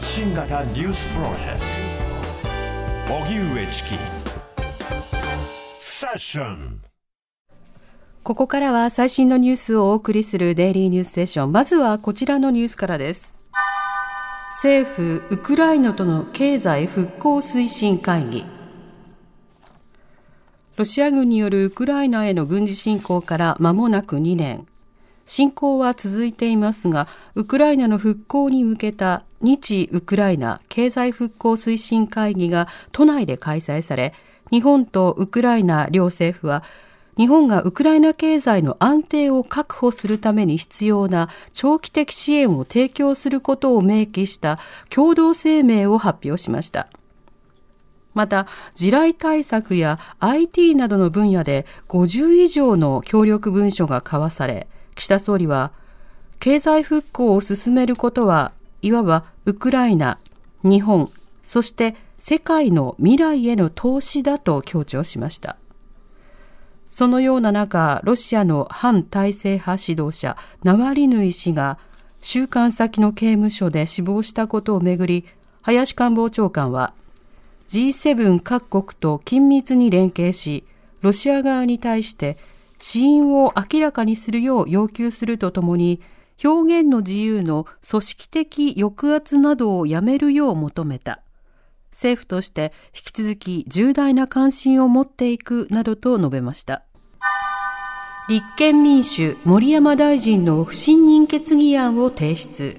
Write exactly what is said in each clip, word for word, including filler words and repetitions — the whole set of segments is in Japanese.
発信型ニュースプロジェクト荻上チキセッション。 ここからは最新のニュースをお送りするデイリーニュースセッション。まずはこちらのニュースからです。政府ウクライナとの経済復興推進会議。ロシア軍によるウクライナへの軍事侵攻から間もなくにねん。侵攻は続いていますが、ウクライナの復興に向けた日ウクライナ経済復興推進会議が都内で開催され、日本とウクライナ両政府は日本がウクライナ経済の安定を確保するために必要な長期的支援を提供することを明記した共同声明を発表しました。また、地雷対策や アイティー などの分野でごじゅう以上の協力文書が交わされ、岸田総理は、経済復興を進めることはいわばウクライナ、日本、そして世界の未来への投資だと強調しました。そのような中、ロシアの反体制派指導者ナワリヌイ氏が収監先の刑務所で死亡したことをめぐり、林官房長官は ジーセブン 各国と緊密に連携し、ロシア側に対して死因を明らかにするよう要求するとともに、表現の自由の組織的抑圧などをやめるよう求めた。政府として引き続き重大な関心を持っていくなどと述べました。立憲民主森山大臣の不信任決議案を提出。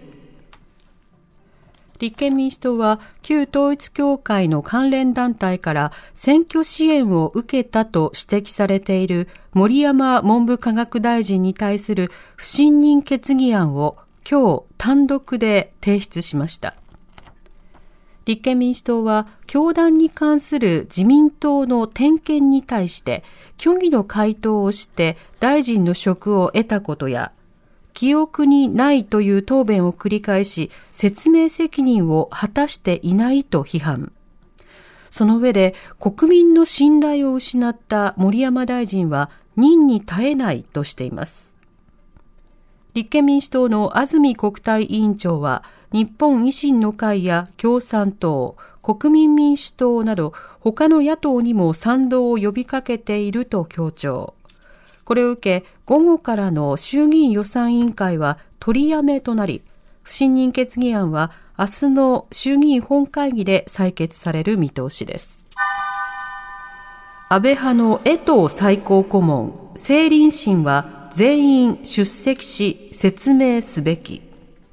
立憲民主党は旧統一教会の関連団体から選挙支援を受けたと指摘されている森山文部科学大臣に対する不信任決議案を今日単独で提出しました。立憲民主党は教団に関する自民党の点検に対して虚偽の回答をして大臣の職を得たことや、記憶にないという答弁を繰り返し説明責任を果たしていないと批判。その上で国民の信頼を失った森山大臣は任に堪えないとしています。立憲民主党の安住国対委員長は、日本維新の会や共産党、国民民主党など他の野党にも賛同を呼びかけていると強調。これを受け、午後からの衆議院予算委員会は取りやめとなり、不信任決議案は明日の衆議院本会議で採決される見通しです。安倍派の江藤最高顧問、政倫審は全員出席し説明すべき。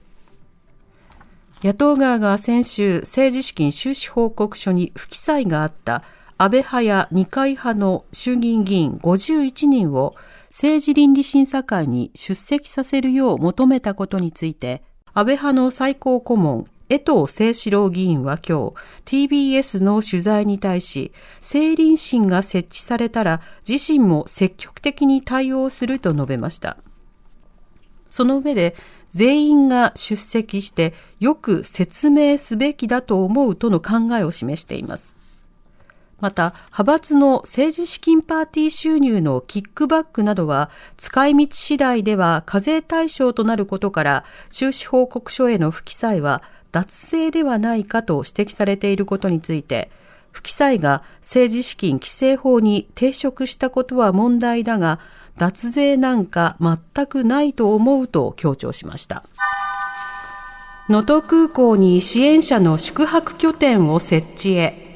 野党側が先週、政治資金収支報告書に不記載があった安倍派や二階派の衆議院議員ごじゅういちにんを政治倫理審査会に出席させるよう求めたことについて、安倍派の最高顧問、江藤誠志郎議員は今日 ティービーエス の取材に対し、政倫審が設置されたら自身も積極的に対応すると述べました。その上で、全員が出席してよく説明すべきだと思うとの考えを示しています。また、派閥の政治資金パーティー収入のキックバックなどは使い道次第では課税対象となることから、収支報告書への不記載は脱税ではないかと指摘されていることについて、不記載が政治資金規正法に抵触したことは問題だが、脱税なんか全くないと思うと強調しました。能登空港に支援者の宿泊拠点を設置へ。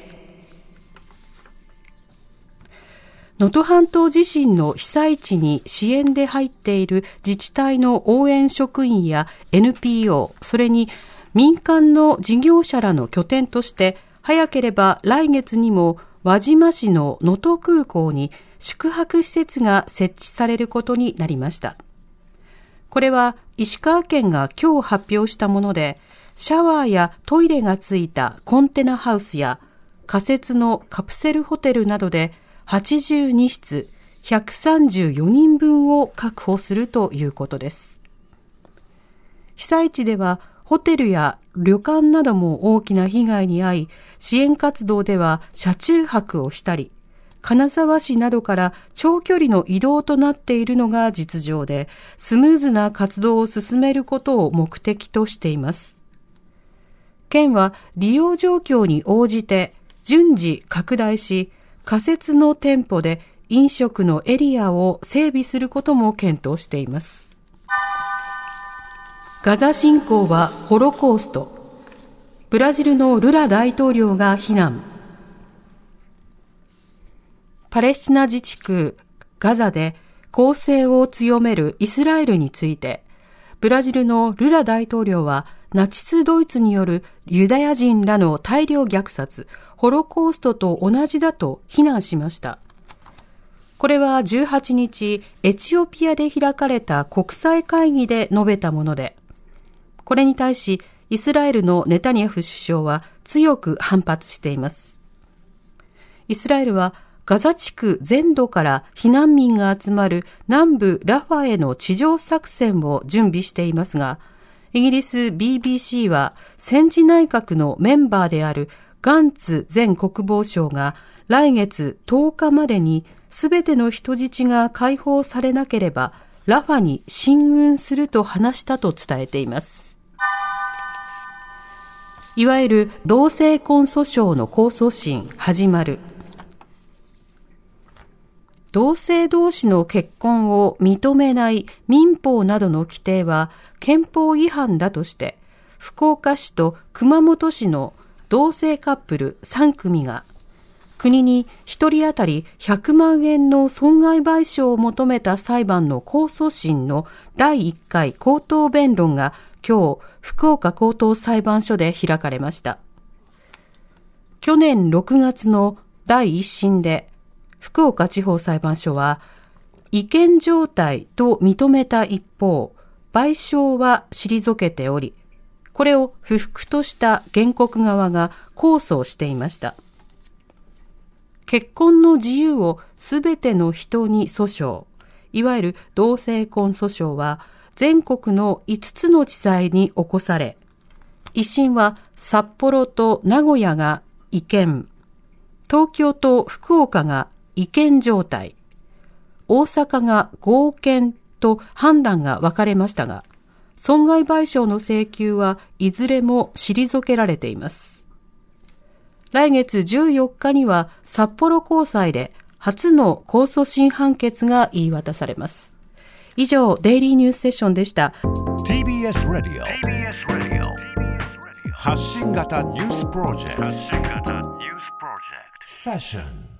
能登半島地震の被災地に支援で入っている自治体の応援職員や エヌピーオー、それに民間の事業者らの拠点として、早ければ来月にも輪島市の能登空港に宿泊施設が設置されることになりました。これは石川県が今日発表したもので、シャワーやトイレがついたコンテナハウスや仮設のカプセルホテルなどではちじゅうにしつひゃくさんじゅうよにんぶんを確保するということです。被災地ではホテルや旅館なども大きな被害に遭い、支援活動では車中泊をしたり、金沢市などから長距離の移動となっているのが実情で、スムーズな活動を進めることを目的としています。 県は利用状況に応じて順次拡大し、仮設の店舗で飲食のエリアを整備することも検討しています。ガザ侵攻はホロコースト。ブラジルのルラ大統領が非難。パレスチナ自治区ガザで攻勢を強めるイスラエルについて、ブラジルのルラ大統領はナチスドイツによるユダヤ人らの大量虐殺、ホロコーストと同じだと非難しました。これはじゅうはちにち、エチオピアで開かれた国際会議で述べたもので、これに対しイスラエルのネタニヤフ首相は強く反発しています。イスラエルはガザ地区全土から避難民が集まる南部ラファへの地上作戦を準備していますが、イギリス ビービーシー は戦時内閣のメンバーであるガンツ前国防相が来月とおかまでにすべての人質が解放されなければラファに進軍すると話したと伝えています。いわゆる同性婚訴訟の控訴審始まる。同性同士の結婚を認めない民法などの規定は憲法違反だとして、福岡市と熊本市の同性カップルさんくみが国にひとり当たりひゃくまんえんの損害賠償を求めた裁判の控訴審のだいいっかい口頭弁論が今日、福岡高等裁判所で開かれました。去年ろくがつのだいいっ審で、福岡地方裁判所は、違憲状態と認めた一方、賠償は退けており、これを不服とした原告側が控訴していました。結婚の自由をすべての人に訴訟、いわゆる同性婚訴訟は、全国のいつつの地裁に起こされ、一審は札幌と名古屋が違憲、東京と福岡が違憲状態、大阪が合憲と判断が分かれましたが、損害賠償の請求はいずれも退けられています。来月じゅうよっかには札幌高裁で初の控訴審判決が言い渡されます。以上、デイリーニュースセッションでした。 ティービーエス ラディオ発信型ニュースプロジェクトセッション